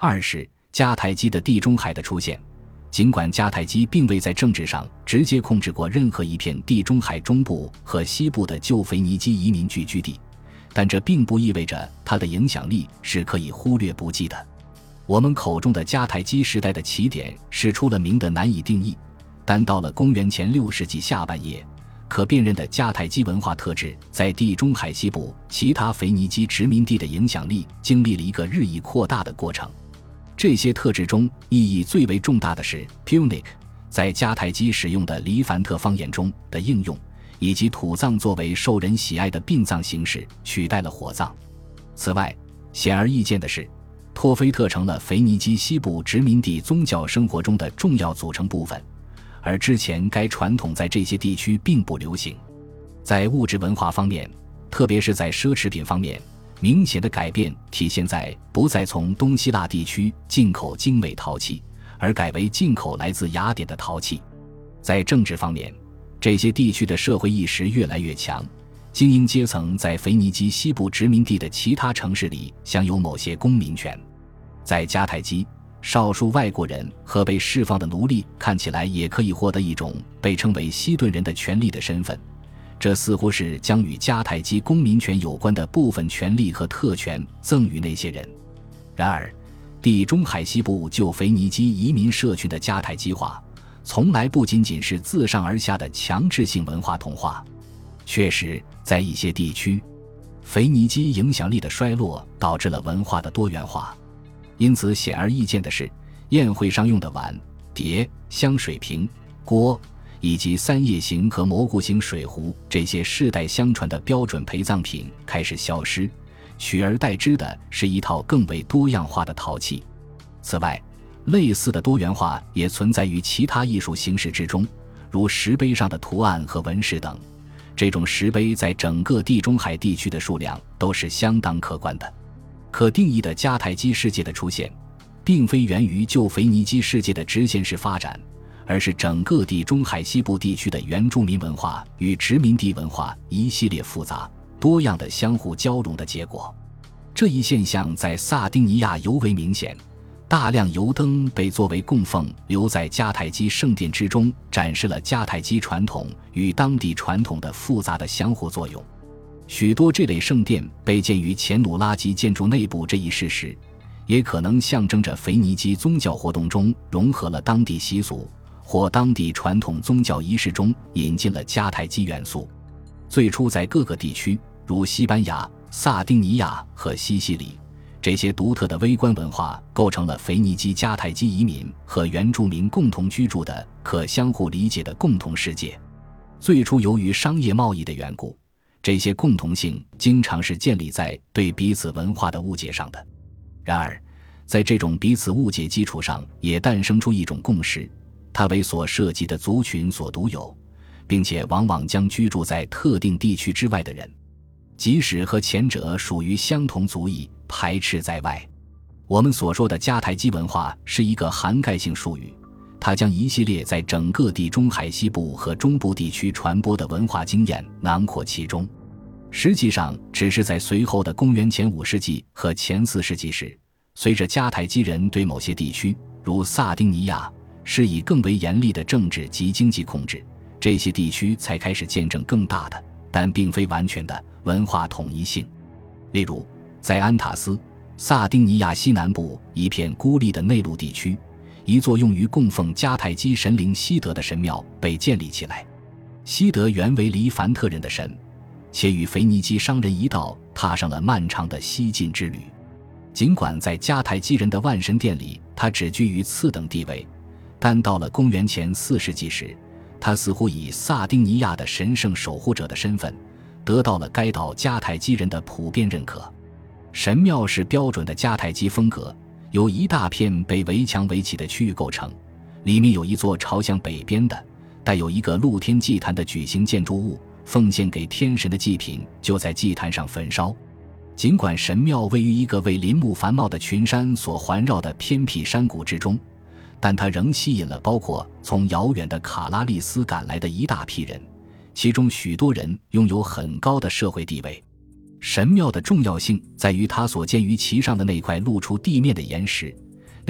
二是迦太基的地中海的出现。尽管迦太基并未在政治上直接控制过任何一片地中海中部和西部的旧腓尼基移民聚居地，但这并不意味着它的影响力是可以忽略不计的。我们口中的迦太基时代的起点是出了名的难以定义，但到了公元前6世纪下半叶，可辨认的迦太基文化特质在地中海西部其他腓尼基殖民地的影响力经历了一个日益扩大的过程。这些特质中意义最为重大的是 Punic 在迦太基使用的黎凡特方言中的应用，以及土葬作为受人喜爱的殡葬形式取代了火葬。此外，显而易见的是，托菲特成了腓尼基西部殖民地宗教生活中的重要组成部分，而之前该传统在这些地区并不流行。在物质文化方面，特别是在奢侈品方面，明显的改变体现在不再从东希腊地区进口精美陶器，而改为进口来自雅典的陶器。在政治方面，这些地区的社会意识越来越强，精英阶层在腓尼基西部殖民地的其他城市里享有某些公民权。在迦太基，少数外国人和被释放的奴隶看起来也可以获得一种被称为西顿人的权利的身份，这似乎是将与迦太基公民权有关的部分权利和特权赠予那些人。然而，地中海西部旧腓尼基移民社群的迦太基化从来不仅仅是自上而下的强制性文化同化。确实，在一些地区，腓尼基影响力的衰落导致了文化的多元化。因此显而易见的是，宴会上用的碗、碟、香水瓶、锅以及三叶形和蘑菇形水壶这些世代相传的标准陪葬品开始消失，取而代之的是一套更为多样化的陶器。此外，类似的多元化也存在于其他艺术形式之中，如石碑上的图案和纹饰等。这种石碑在整个地中海地区的数量都是相当可观的。可定义的迦太基世界的出现，并非源于旧腓尼基世界的直线式发展，而是整个地中海西部地区的原住民文化与殖民地文化一系列复杂多样的相互交融的结果。这一现象在萨丁尼亚尤为明显，大量油灯被作为供奉留在迦太基圣殿之中，展示了迦太基传统与当地传统的复杂的相互作用。许多这类圣殿被建于前努拉基建筑内部，这一事实也可能象征着腓尼基宗教活动中融合了当地习俗，或当地传统宗教仪式中引进了迦太基元素。最初在各个地区，如西班牙、萨丁尼亚和西西里，这些独特的微观文化构成了腓尼基迦太基移民和原住民共同居住的可相互理解的共同世界。最初由于商业贸易的缘故，这些共同性经常是建立在对彼此文化的误解上的。然而，在这种彼此误解基础上，也诞生出一种共识，它为所涉及的族群所独有，并且往往将居住在特定地区之外的人，即使和前者属于相同族裔，排斥在外。我们所说的迦太基文化是一个涵盖性术语，它将一系列在整个地中海西部和中部地区传播的文化经验囊括其中。实际上，只是在随后的公元前5世纪和前4世纪时，随着迦太基人对某些地区，如萨丁尼亚，施以更为严厉的政治及经济控制，这些地区才开始见证更大的，但并非完全的文化统一性。例如，在安塔斯，萨丁尼亚西南部一片孤立的内陆地区，一座用于供奉迦太基神灵西德的神庙被建立起来。西德原为黎凡特人的神，且与腓尼基商人一道踏上了漫长的西进之旅。尽管在迦太基人的万神殿里他只居于次等地位，但到了公元前4世纪时，他似乎以萨丁尼亚的神圣守护者的身份得到了该岛迦太基人的普遍认可。神庙是标准的迦太基风格，由一大片被围墙围起的区域构成，里面有一座朝向北边的带有一个露天祭坛的矩形建筑物，奉献给天神的祭品就在祭坛上焚烧。尽管神庙位于一个为林木繁茂的群山所环绕的偏僻山谷之中，但它仍吸引了包括从遥远的卡拉利斯赶来的一大批人，其中许多人拥有很高的社会地位。神庙的重要性在于它所建于其上的那块露出地面的岩石，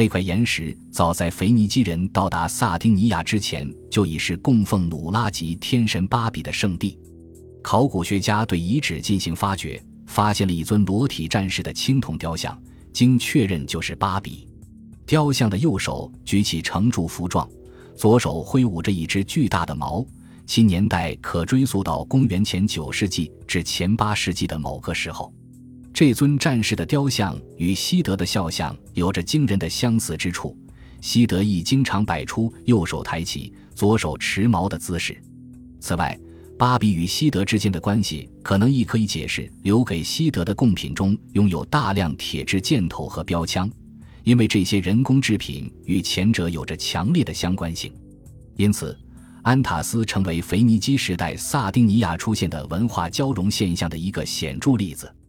那块岩石早在腓尼基人到达萨丁尼亚之前就已是供奉努拉吉天神巴比的圣地。考古学家对遗址进行发掘，发现了一尊裸体战士的青铜雕像，经确认就是巴比。雕像的右手举起成祝福状，左手挥舞着一只巨大的矛，其年代可追溯到公元前9世纪至前8世纪的某个时候。这尊战士的雕像与西德的肖像有着惊人的相似之处，西德亦经常摆出右手抬起、左手持矛的姿势。此外，巴比与西德之间的关系可能亦可以解释留给西德的贡品中拥有大量铁制箭头和标枪，因为这些人工制品与前者有着强烈的相关性。因此，安塔斯成为腓尼基时代萨丁尼亚出现的文化交融现象的一个显著例子。